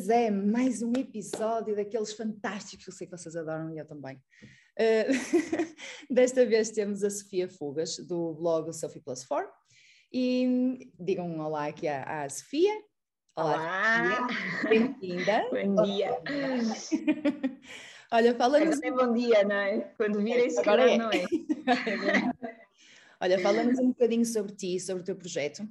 Pois é, mais um episódio daqueles fantásticos que eu sei que vocês adoram e eu também. Desta vez temos a Sofia Fugas, do blog Sophie Plus 4. E digam um olá aqui à Sofia. Olá! Bem-vinda. Bom dia! Olha, fala-nos... Agora é bom dia, não é? Quando virem, se calhar não é. Olha, fala-nos um bocadinho sobre ti, sobre o teu projeto.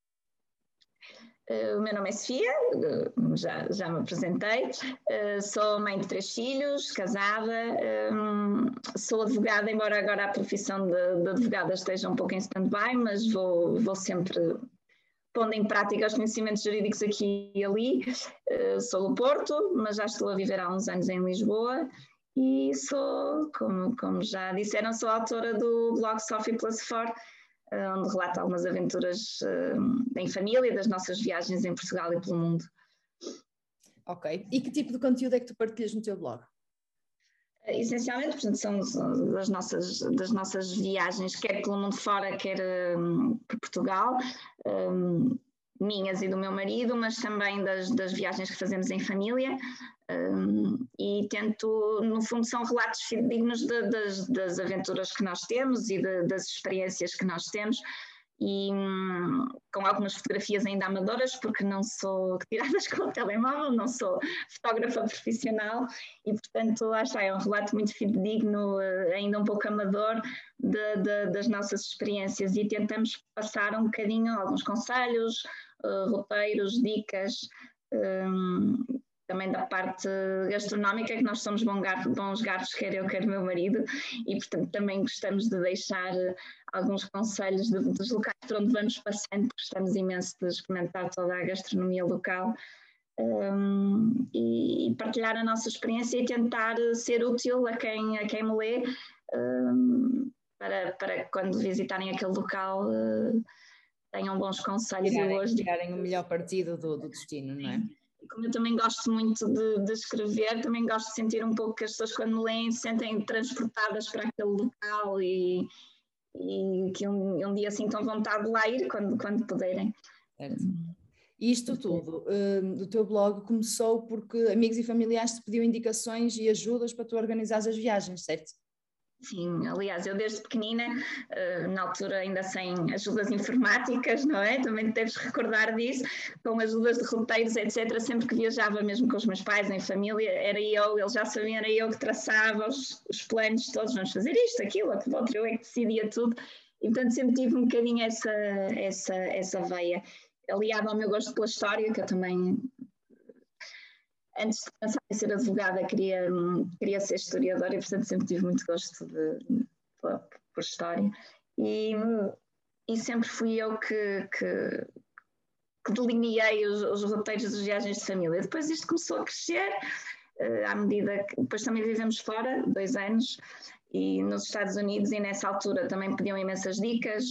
O meu nome é Sofia, já me apresentei, sou mãe de 3 filhos, casada, sou advogada, embora agora a profissão de advogada esteja um pouco em stand-by, mas vou sempre pondo em prática os conhecimentos jurídicos aqui e ali. Sou do Porto, mas já estou a viver há uns anos em Lisboa e sou, como já disseram, sou autora do blog Sophie Plus 4, onde relato algumas aventuras em família, das nossas viagens em Portugal e pelo mundo. Ok. E que tipo de conteúdo é que tu partilhas no teu blog? Essencialmente, portanto, são das nossas viagens, quer pelo mundo fora, quer por Portugal, minhas e do meu marido, mas também das viagens que fazemos em família. E tento, no fundo, são relatos dignos das aventuras que nós temos e das experiências que nós temos, e com algumas fotografias ainda amadoras, porque não sou tiradas com o telemóvel, não sou fotógrafa profissional e, portanto, lá está, é um relato muito fidedigno, ainda um pouco amador, das nossas experiências, e tentamos passar um bocadinho alguns conselhos, roteiros, dicas, também da parte gastronómica, que nós somos bons garfos, quer eu, quer o meu marido, e portanto também gostamos de deixar alguns conselhos dos locais por onde vamos passando, porque gostamos imenso de experimentar toda a gastronomia local, e partilhar a nossa experiência e tentar ser útil a quem me lê, para quando visitarem aquele local tenham bons conselhos e tirarem o melhor partido do destino, não é? Como eu também gosto muito de escrever, também gosto de sentir um pouco que as pessoas, quando me leem, se sentem transportadas para aquele local e que um dia sintam vontade de lá ir quando puderem. Certo. E isto tudo do teu blog começou porque amigos e familiares te pediam indicações e ajudas para tu organizares as viagens, certo? Sim, aliás, eu desde pequenina, na altura ainda sem ajudas informáticas, não é? Também deves recordar disso, com ajudas de roteiros, etc. Sempre que viajava, mesmo com os meus pais, em família, eles já sabiam, era eu que traçava os planos todos, vamos fazer isto, aquilo, aquilo outro, eu é que decidia tudo. E, portanto, sempre tive um bocadinho essa veia, aliada ao meu gosto pela história, que eu também... Antes de pensar em ser advogada, queria ser historiadora e, portanto, sempre tive muito gosto por história. E sempre fui eu que delineei os roteiros das viagens de família. Depois isto começou a crescer, à medida que... Depois também vivemos fora, 2 anos, e nos Estados Unidos, e nessa altura também pediam imensas dicas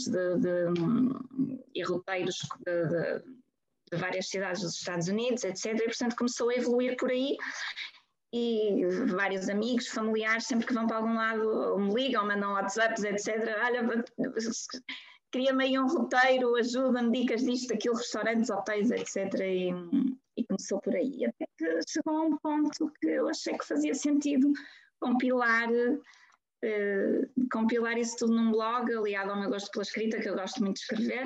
e roteiros de várias cidades dos Estados Unidos, etc. E, portanto, começou a evoluir por aí, e vários amigos, familiares, sempre que vão para algum lado, ou me ligam, mandam WhatsApps, etc. Olha, cria-me aí um roteiro, ajuda-me, dicas disto, daquilo, restaurantes, hotéis, etc. E começou por aí. Até que chegou a um ponto que eu achei que fazia sentido compilar isso tudo num blog, aliado ao meu gosto pela escrita, que eu gosto muito de escrever.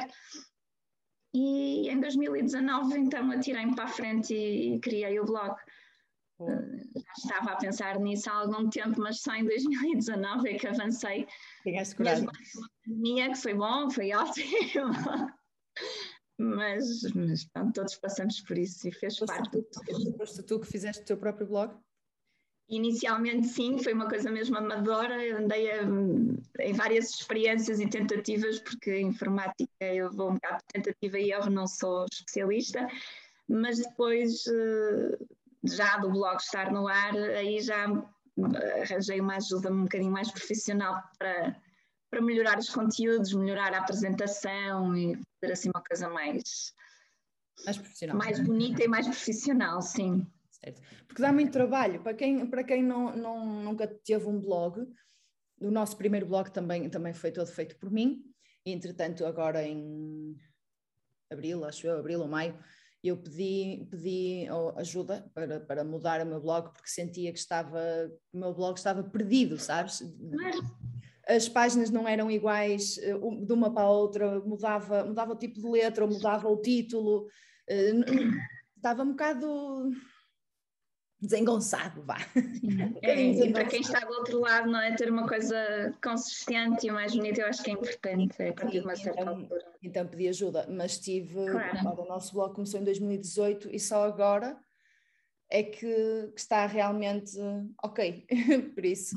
E em 2019, então, atirei-me para a frente e criei o blog. Já estava a pensar nisso há algum tempo, mas só em 2019 é que avancei. Tiveste coragem. Mesmo a pandemia, que foi bom, foi ótimo. Mas pronto, todos passamos por isso e fez parte. Foste tu que fizeste o teu próprio blog? Inicialmente sim, foi uma coisa mesmo amadora, eu andei em várias experiências e tentativas, porque informática eu vou um bocado de tentativa e erro, não sou especialista, mas depois já do blog estar no ar, aí já arranjei uma ajuda um bocadinho mais profissional para melhorar os conteúdos, melhorar a apresentação e fazer assim uma coisa mais profissional, mais bonita e mais profissional, sim. Certo. Porque dá muito trabalho. Para quem nunca teve um blog, o nosso primeiro blog também foi todo feito por mim. E, entretanto, agora em abril ou maio, eu pedi ajuda para mudar o meu blog, porque sentia que o meu blog estava perdido, sabes? As páginas não eram iguais de uma para a outra, mudava o tipo de letra, ou mudava o título, estava um bocado desengonçado, vá. E para quem está do outro lado, não é? Ter uma coisa consistente e mais bonita, eu acho que é importante a partir de uma certa altura. Então pedi ajuda, mas Claro. o nosso blog começou em 2018 e só agora é que está realmente ok, por isso.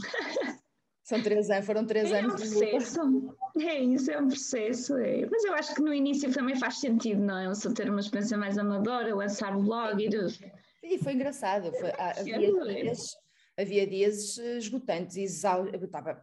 Foram 3 anos de luta. Isso, é um processo. Mas eu acho que no início também faz sentido, não é? Você ter uma experiência mais amadora, lançar o blog E foi engraçado. Havia dias esgotantes, exaustos. Eu estava,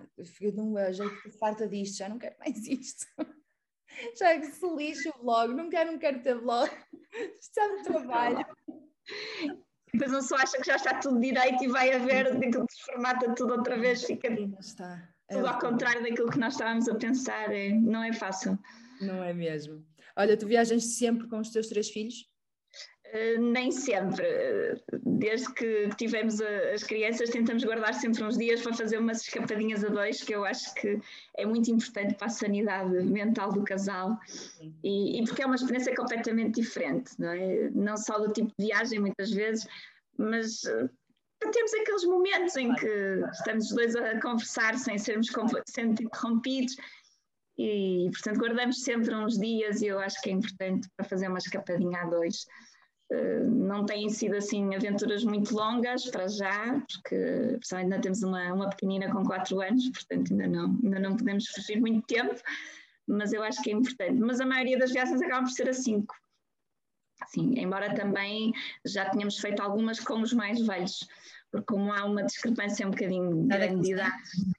já estou farta disto, já não quero mais isto. Já que se lixa o blog, não quero ter blog. Isto é muito trabalho. Depois não só acha que já está tudo direito e vai haver, daquilo que se formata tudo outra vez, fica tudo ao contrário daquilo que nós estávamos a pensar. Não é fácil. Não é mesmo. Olha, tu viajas sempre com os teus 3 filhos? Nem sempre. Desde que tivemos as crianças, tentamos guardar sempre uns dias para fazer umas escapadinhas a 2, que eu acho que é muito importante para a sanidade mental do casal e porque é uma experiência completamente diferente, não é? Não só do tipo de viagem, muitas vezes, mas temos aqueles momentos em que estamos os dois a conversar sem sermos sempre interrompidos. E, portanto, guardamos sempre uns dias e eu acho que é importante para fazer uma escapadinha a 2. Não têm sido assim aventuras muito longas para já, porque ainda temos uma pequenina com 4 anos, portanto ainda não podemos fugir muito tempo, mas eu acho que é importante. Mas a maioria das viagens acabam por ser a 5. Sim, embora também já tenhamos feito algumas com os mais velhos, porque como há uma discrepância um bocadinho grande de idade,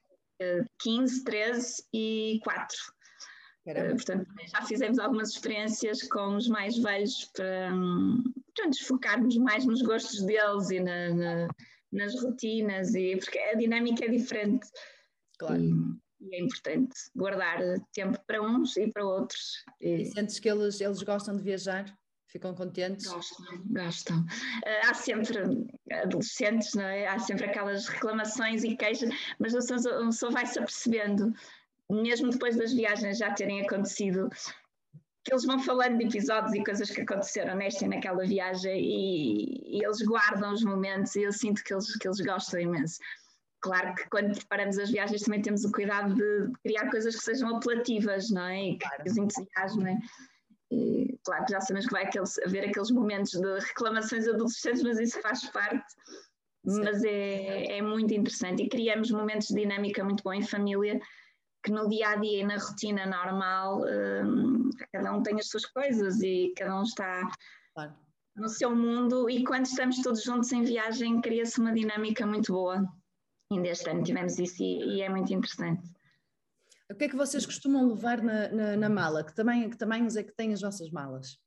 15, 13 e 4. Portanto, já fizemos algumas experiências com os mais velhos para nos focarmos mais nos gostos deles e nas rotinas, porque a dinâmica é diferente. Claro. E é importante guardar tempo para uns e para outros. E sentes que eles gostam de viajar? Ficam contentes? Gostam. Há sempre adolescentes, não é? Há sempre aquelas reclamações e queixas, mas a pessoa vai-se apercebendo, mesmo depois das viagens já terem acontecido, que eles vão falando de episódios e coisas que aconteceram nesta e naquela viagem e eles guardam os momentos e eu sinto que eles gostam imenso. Claro que quando preparamos as viagens também temos o cuidado de criar coisas que sejam apelativas, não é? E que os entusiasmem. E, claro que já sabemos que vai haver aqueles momentos de reclamações adolescentes, mas isso faz parte. Sim. Mas é muito interessante e criamos momentos de dinâmica muito bom em família, que no dia a dia e na rotina normal cada um tem as suas coisas e cada um está no seu mundo, e quando estamos todos juntos em viagem cria-se uma dinâmica muito boa. Ainda este ano tivemos isso e é muito interessante. O que é que vocês costumam levar na mala? Que tamanhos é que têm as vossas malas?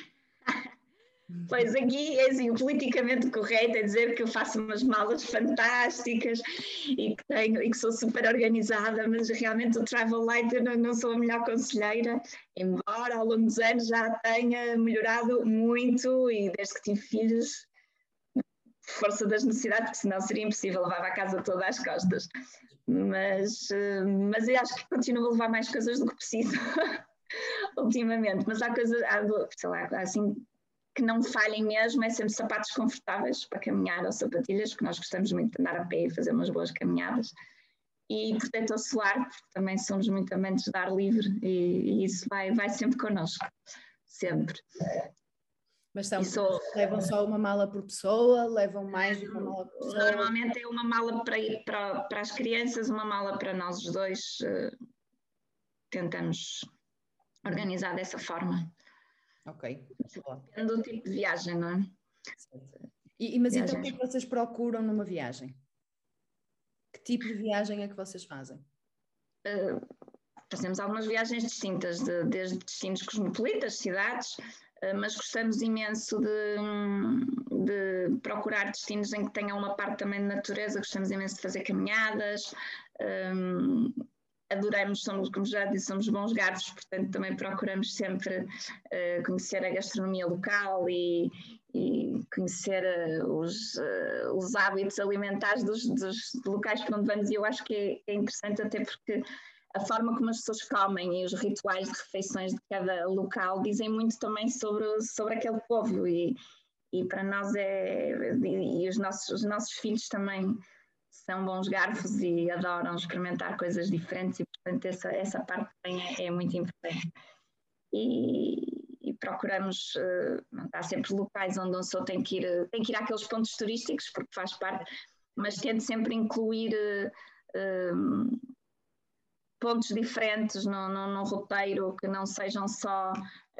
Pois aqui é assim, o politicamente correto é dizer que eu faço umas malas fantásticas e que sou super organizada, mas realmente o Travel Light eu não sou a melhor conselheira, embora ao longo dos anos já tenha melhorado muito e desde que tive filhos, força das necessidades, porque senão seria impossível levar a casa toda às costas. Mas eu acho que continuo a levar mais coisas do que preciso ultimamente, mas há coisas, sei lá, assim, que não falhem mesmo, é sempre sapatos confortáveis para caminhar ou sapatilhas, porque nós gostamos muito de andar a pé e fazer umas boas caminhadas, e protetor solar, porque também somos muito amantes de ar livre e isso vai sempre connosco, sempre. Mas levam só uma mala por pessoa? Levam mais de uma mala por pessoa? Normalmente é uma mala para as crianças, uma mala para nós os dois. Tentamos organizar dessa forma. Ok. Depende do tipo de viagem, não é? Mas então o que é que vocês procuram numa viagem? Que tipo de viagem é que vocês fazem? Fazemos algumas viagens distintas, desde destinos cosmopolitas, cidades, mas gostamos imenso de procurar destinos em que tenham uma parte também de natureza, gostamos imenso de fazer caminhadas, adoramos, como já disse, somos bons garfos, portanto também procuramos sempre conhecer a gastronomia local e conhecer os hábitos alimentares dos locais para onde vamos, e eu acho que é interessante, até porque a forma como as pessoas comem e os rituais de refeições de cada local dizem muito também sobre aquele povo, e para nós e os nossos filhos também são bons garfos e adoram experimentar coisas diferentes, e portanto essa parte também é muito importante. E procuramos estar sempre locais onde uma pessoa tem que ir àqueles pontos turísticos, porque faz parte, mas tento sempre incluir pontos diferentes num roteiro, que não sejam só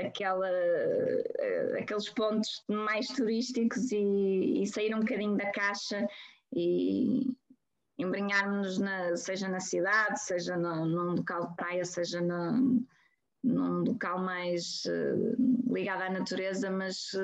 aqueles pontos mais turísticos, e sair um bocadinho da caixa e embrenharmos, seja na cidade, seja num local de praia, seja num local mais ligado à natureza, mas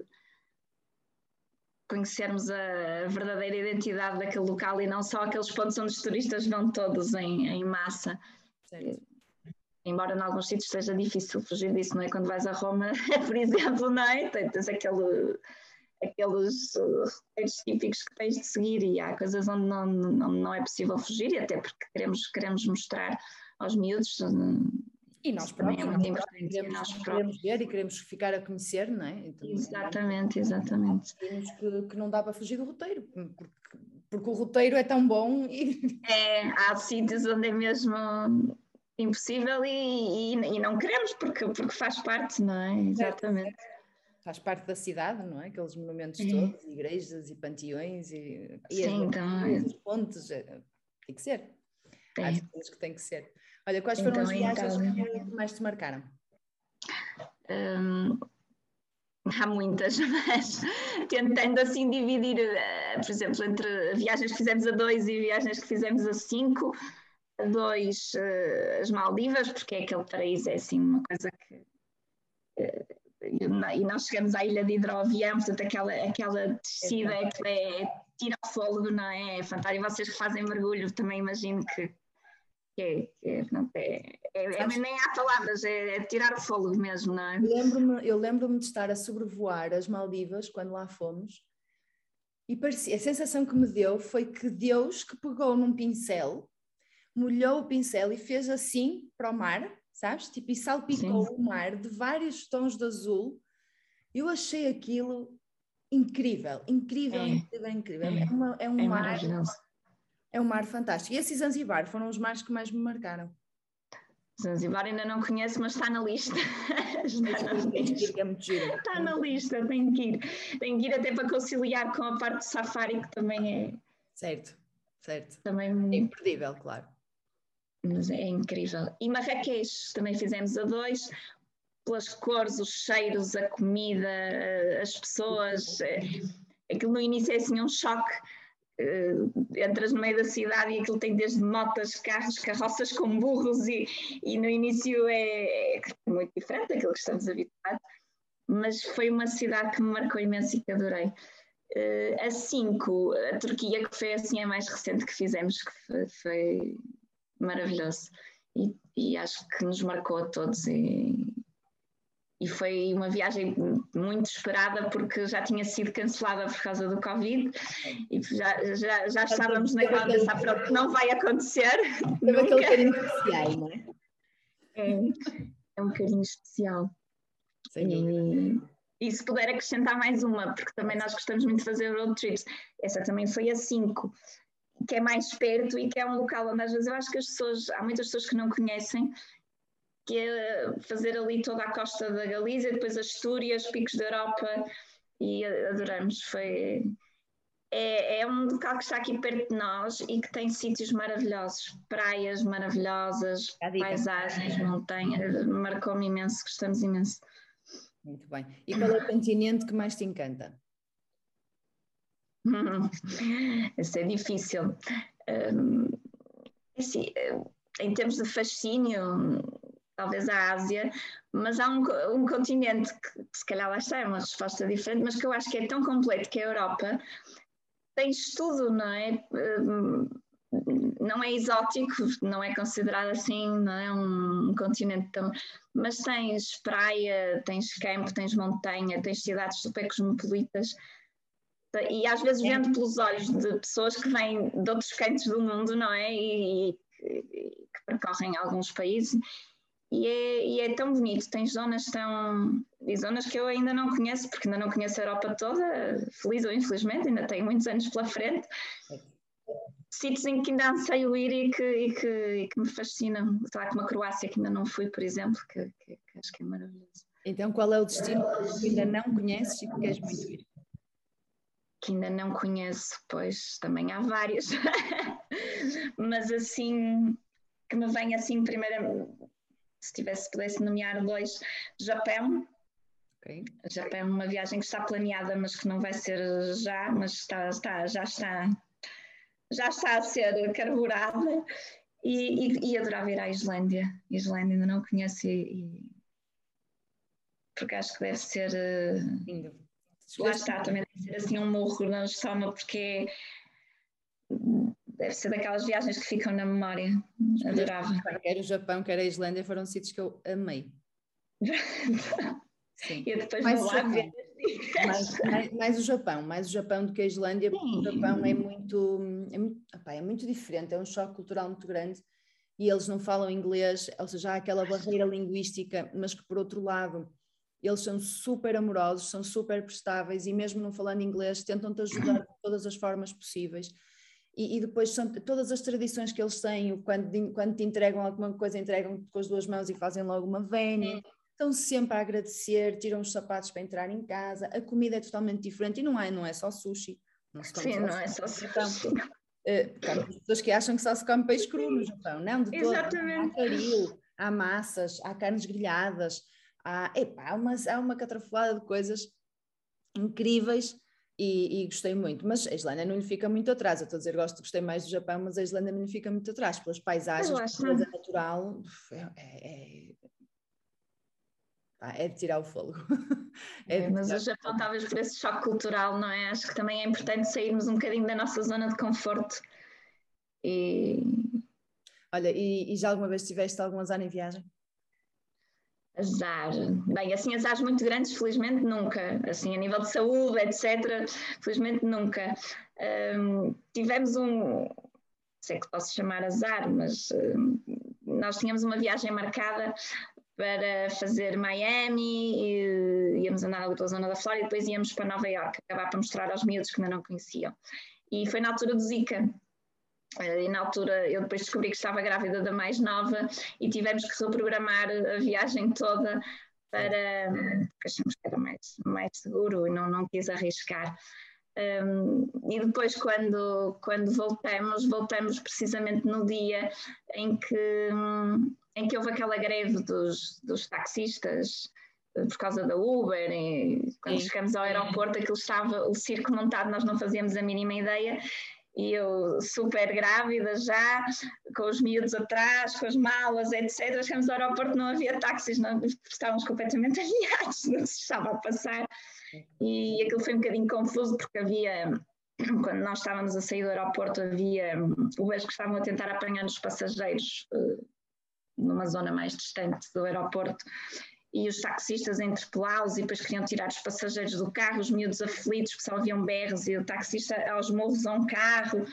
conhecermos a verdadeira identidade daquele local e não só aqueles pontos onde os turistas vão todos em massa. Certo. Embora em alguns sítios seja difícil fugir disso, não é? Quando vais a Roma, por exemplo, não é? Tens aqueles roteiros típicos que tens de seguir, e há coisas onde não é possível fugir, e até porque queremos mostrar aos miúdos. E nós próprios, queremos ver e queremos ficar a conhecer, não é? Então, exatamente. Que não dá para fugir do roteiro, porque o roteiro é tão bom. Há sítios onde é mesmo impossível e não queremos, porque faz parte, não é? Exatamente. Faz parte da cidade, não é? Aqueles monumentos todos, igrejas e panteões e as pontes, tem que ser. Há as coisas que tem que ser. Olha, quais foram as viagens que mais te marcaram? Há muitas, mas tentando assim dividir, por exemplo, entre viagens que fizemos a 2 e viagens que fizemos a 5. A 2, as Maldivas, porque é aquele paraíso, é assim uma coisa que... e nós chegamos à ilha de hidroavião, portanto aquela descida tira o fôlego, não é? É fantástico. E vocês que fazem mergulho, também imagino que nem há palavras, é tirar o fôlego mesmo, não é? Eu lembro-me de estar a sobrevoar as Maldivas quando lá fomos, e a sensação que me deu foi que Deus, que pegou num pincel, molhou o pincel e fez assim para o mar, sabes? Tipo, e salpicou o mar de vários tons de azul. Eu achei aquilo incrível. É um mar maravilhoso. É um mar fantástico. E esse Zanzibar foram os mares que mais me marcaram. Zanzibar ainda não conheço, mas está na lista. Está na lista, tenho que ir. Tenho que ir até para conciliar com a parte do safari, que também é... Certo. Também... É imperdível, claro. Mas é incrível. E Marrakech também fizemos a 2, pelas cores, os cheiros, a comida, as pessoas. Aquilo no início é assim um choque. Entras no meio da cidade e aquilo tem desde motas, carros, carroças com burros, e no início é muito diferente daquilo que estamos habituados, mas foi uma cidade que me marcou imenso e que adorei. A 5, a Turquia, que foi assim a mais recente que fizemos, que foi maravilhoso, e acho que nos marcou a todos, e foi uma viagem muito esperada, porque já tinha sido cancelada por causa do Covid, e já estávamos naquela a pensar, pronto, não vai acontecer nunca. Aquele carinho especial, não é? É um carinho especial. E se puder acrescentar mais uma, porque também nós gostamos muito de fazer road trips, essa também foi a 5, que é mais perto e que é um local onde às vezes eu acho que há muitas pessoas que não conhecem, que é fazer ali toda a costa da Galiza, depois Astúrias, Picos da Europa, e adoramos. É um local que está aqui perto de nós e que tem sítios maravilhosos, praias maravilhosas, paisagens, montanhas, marcou-me imenso, gostamos imenso. Muito bem. E qual é o continente que mais te encanta? Isso é difícil. Assim, em termos de fascínio, talvez a Ásia, mas há um continente que se calhar lá está, é uma resposta diferente, mas que eu acho que é tão completo, que é a Europa. Tens tudo, não é? não é exótico, não é considerado assim, não é um continente tão... Mas tens praia, tens campo, tens montanha, tens cidades super cosmopolitas, e às vezes vendo pelos olhos de pessoas que vêm de outros cantos do mundo, não é? E que percorrem alguns países, e é tão bonito, tens zonas que eu ainda não conheço, porque ainda não conheço a Europa toda, feliz ou infelizmente, ainda tenho muitos anos pela frente, sítios em que ainda anseio ir e que me fascinam, lá como a Croácia, que ainda não fui, por exemplo, que acho que é maravilhoso. Então qual é o destino que ainda não conheces e que queres muito ir? Que ainda não conheço, pois também há vários, mas assim, que me vem assim primeiro, se pudesse nomear 2, Japão. Okay. Japão é uma viagem que está planeada, mas que não vai ser já, mas já está a ser carburada, e adorava ir à Islândia. Islândia ainda não conheço, porque acho que deve ser... Lá está, também deve ser assim um murro no estômago, porque deve ser daquelas viagens que ficam na memória. Adorava. Quer o Japão, quer a Islândia, foram sítios que eu amei. Sim. E depois vou lá ver. Mais o Japão do que a Islândia, porque o Japão é muito diferente, é um choque cultural muito grande, e eles não falam inglês, ou seja, há aquela barreira linguística, mas que por outro lado eles são super amorosos, são super prestáveis, e mesmo não falando inglês tentam-te ajudar de todas as formas possíveis, e depois são todas as tradições que eles têm, quando te entregam alguma coisa, entregam-te com as 2 mãos e fazem logo uma vénia. Estão sempre a agradecer, tiram os sapatos para entrar em casa, a comida é totalmente diferente, e não é só sushi. Não se come não é só sushi. Há pessoas que acham que só se come peixe cru no Japão, não, de todo. Exatamente. Há caril, há massas, há carnes grelhadas, há uma catrafolada de coisas incríveis, e gostei muito, mas a Islândia não lhe fica muito atrás. Eu estou a dizer, gostei mais do Japão, mas a Islândia não lhe fica muito atrás, pelas paisagens, pela beleza natural, é de tirar o fôlego. Mas o Japão, talvez por esse choque cultural, não é? Acho que também é importante sairmos um bocadinho da nossa zona de conforto. Olha, e já alguma vez tiveste algum azar em viagem? Azar. Bem, assim, azares muito grandes, felizmente nunca. Assim, a nível de saúde, etc., felizmente nunca. Tivemos sei que posso chamar azar, mas nós tínhamos uma viagem marcada para fazer Miami, e íamos andar pela zona da Flórida, e depois íamos para Nova Iorque, acabar para mostrar aos miúdos que ainda não conheciam. E foi na altura do Zika. E na altura eu depois descobri que estava grávida da mais nova, e tivemos que reprogramar a viagem toda para... porque achamos que era mais seguro, e não quis arriscar. E depois quando voltamos precisamente no dia em que houve aquela greve dos taxistas por causa da Uber, e quando chegamos ao aeroporto aquilo estava, o circo montado, nós não fazíamos a mínima ideia, e eu super grávida já, com os miúdos atrás, com as malas, etc. Chegamos ao aeroporto, não havia táxis, estávamos completamente alinhados no que se estava a passar, e aquilo foi um bocadinho confuso, porque quando nós estávamos a sair do aeroporto, havia Ubers que estavam a tentar apanhar os passageiros numa zona mais distante do aeroporto, e os taxistas a interpelá-los, e depois queriam tirar os passageiros do carro, os miúdos aflitos, que só ouviam berros, e o taxista aos murros a um carro,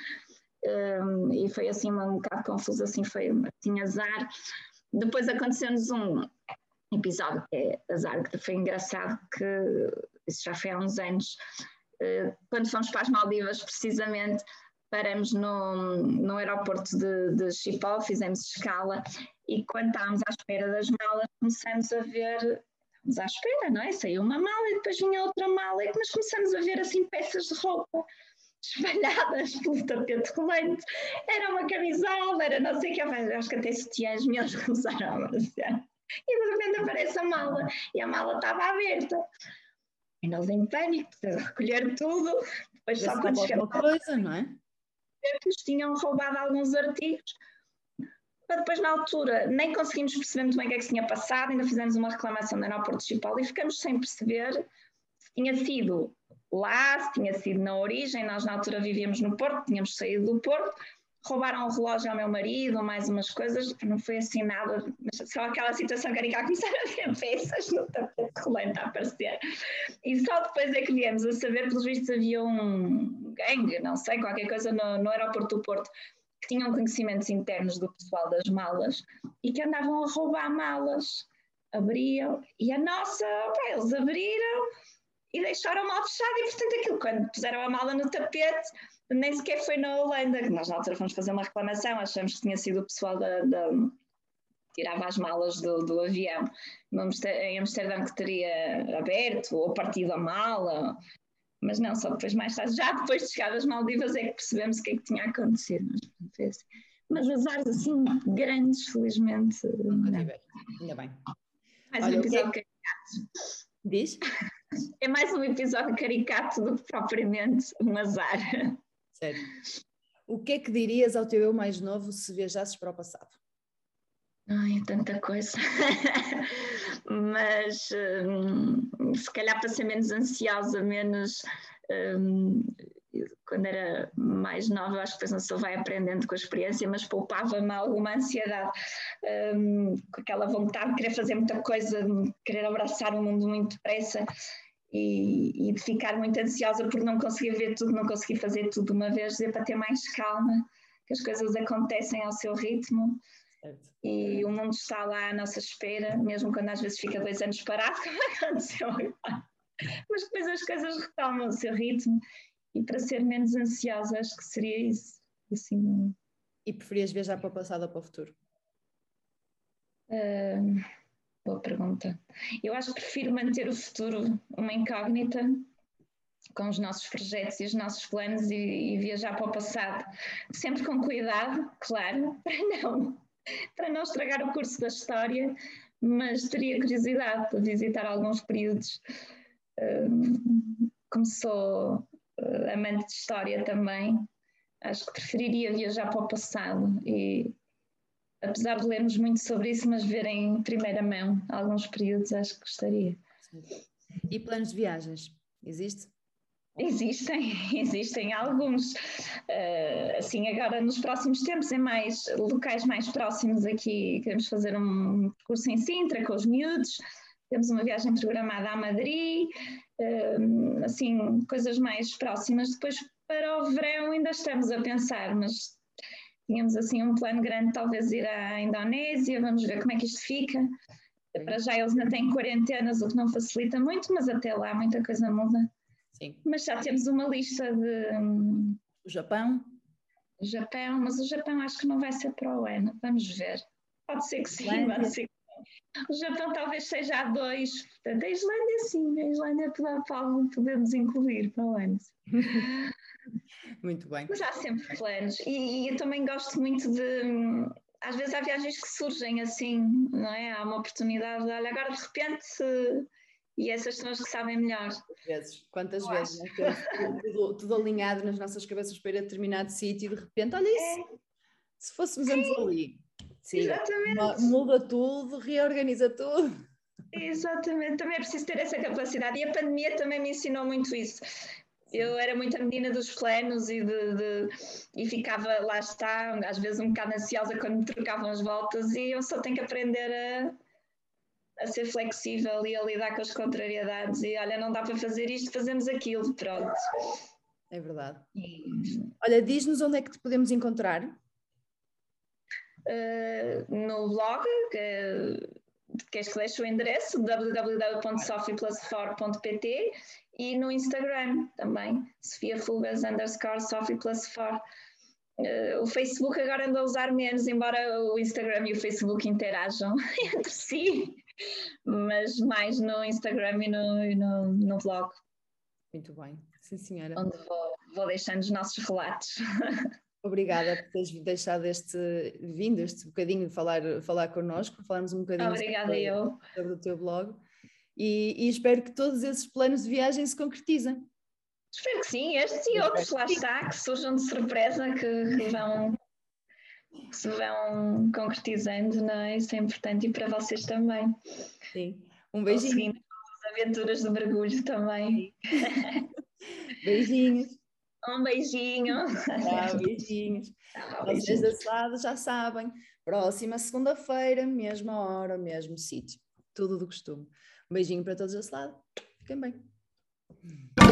e foi assim um bocado confuso, assim tinha azar. Depois aconteceu-nos um episódio que é azar, que foi engraçado, que isso já foi há uns anos, quando fomos para as Maldivas, precisamente, paramos no aeroporto de Schiphol, fizemos escala, e quando estávamos à espera das malas, começamos a ver, estávamos à espera, não é? Saiu uma mala e depois vinha outra mala, mas começamos a ver assim peças de roupa espalhadas pelo tapete rolante. Era uma camisola, era não sei o que, acho que até sutiãs meus começaram a aparecer. E de repente aparece a mala, e a mala estava aberta. E nós em pânico, recolher tudo, depois só quando chegamos coisa, não é? Nos tinham roubado alguns artigos. Depois, na altura, nem conseguimos perceber muito bem o que é que se tinha passado, ainda fizemos uma reclamação no aeroporto de Schiphol e ficamos sem perceber se tinha sido lá, se tinha sido na origem. Nós, na altura, vivíamos no Porto, tínhamos saído do Porto, roubaram o relógio ao meu marido, mais umas coisas, não foi assim nada, mas só aquela situação que era cá começar a ver peças no tapete rolante a aparecer. E só depois é que viemos a saber, pelos vistos havia um gangue, não sei, qualquer coisa no aeroporto do Porto, que tinham conhecimentos internos do pessoal das malas e que andavam a roubar malas. Abriam, e a nossa, eles abriram e deixaram mal fechado, e portanto aquilo, quando puseram a mala no tapete, nem sequer foi na Holanda, que nós na altura fomos fazer uma reclamação, achamos que tinha sido o pessoal tirava as malas do avião em Amsterdão que teria aberto ou partido a mala, mas não, só depois mais tarde, já depois de chegar às Maldivas é que percebemos o que é que tinha acontecido, mas azares assim grandes, felizmente nunca tive, ainda bem. Mais um episódio caricato. Diz? É mais um episódio caricato do que propriamente um azar. Sério. O que é que dirias ao teu eu mais novo se viajasses para o passado? Ai, tanta coisa. Mas se calhar para ser menos ansiosa, menos... quando era mais nova, acho que depois uma pessoa vai aprendendo com a experiência, mas poupava-me alguma ansiedade, com aquela vontade de querer fazer muita coisa, de querer abraçar o mundo muito depressa e de ficar muito ansiosa por não conseguir ver tudo, não conseguir fazer tudo de uma vez, dizer para ter mais calma, que as coisas acontecem ao seu ritmo. Certo. E o mundo está lá à nossa espera, mesmo quando às vezes fica 2 anos parado, como aconteceu agora. Mas depois as coisas retomam o seu ritmo. E para ser menos ansiosa, acho que seria isso. Assim, e preferias viajar para o passado ou para o futuro? Boa pergunta. Eu acho que prefiro manter o futuro uma incógnita, com os nossos projetos e os nossos planos, e viajar para o passado. Sempre com cuidado, claro, para não estragar o curso da história, mas teria curiosidade para visitar alguns períodos. Como sou amante de história também, acho que preferiria viajar para o passado e, apesar de lermos muito sobre isso, mas ver em primeira mão alguns períodos, acho que gostaria. E planos de viagens? Existe? Existem alguns. Assim, agora nos próximos tempos, em mais locais mais próximos aqui, queremos fazer um percurso em Sintra com os miúdos, temos uma viagem programada a Madrid, assim, coisas mais próximas. Depois, para o verão, ainda estamos a pensar, mas tínhamos assim um plano grande, talvez ir à Indonésia, vamos ver como é que isto fica. Para já eles ainda têm quarentenas, o que não facilita muito, mas até lá muita coisa muda. Sim. Mas já temos uma lista de... O Japão? O Japão, mas o Japão acho que não vai ser para o ano, vamos ver. Pode ser que sim, pode ser que não. O Japão talvez seja a 2, portanto a Islândia sim, a Islândia podemos incluir para o ano. Muito bem. Mas há sempre planos e eu também gosto muito de... Às vezes há viagens que surgem assim, não é? Há uma oportunidade, olha, agora de repente... E essas são as que sabem melhor. Quantas vezes, né? tudo alinhado nas nossas cabeças para ir a determinado sítio e de repente, olha isso, se fôssemos antes ali. Sim, exatamente. Muda tudo, reorganiza tudo. Exatamente, também é preciso ter essa capacidade e a pandemia também me ensinou muito isso. Eu era muito a menina dos planos e ficava, lá está, às vezes um bocado ansiosa quando me trocavam as voltas, e eu só tenho que aprender a ser flexível e a lidar com as contrariedades e olha, não dá para fazer isto, fazemos aquilo, pronto. É verdade. Olha, diz-nos onde é que te podemos encontrar? No blog, queres que deixe o endereço? www.sophie+4.pt e no Instagram também, sofiafulgas_Sophie+4. O Facebook agora ando a usar menos, embora o Instagram e o Facebook interajam entre si, mas mais no Instagram e no blog. Muito bem, sim senhora. Onde vou deixando os nossos relatos. Obrigada por teres deixado vindo este bocadinho de falar connosco, falarmos um bocadinho sobre o teu blog e espero que todos esses planos de viagem se concretizem. Espero que sim, estes e outros, lá está, que surjam de surpresa, que se vão concretizando, não é? Isso é importante e para vocês também. Sim, um beijinho. Seguindo as aventuras do mergulho também. Beijinhos. Um beijinho. Tchau, beijinhos. Vocês desse lado já sabem. Próxima segunda-feira, mesma hora, mesmo sítio. Tudo do costume. Um beijinho para todos desse lado. Fiquem bem.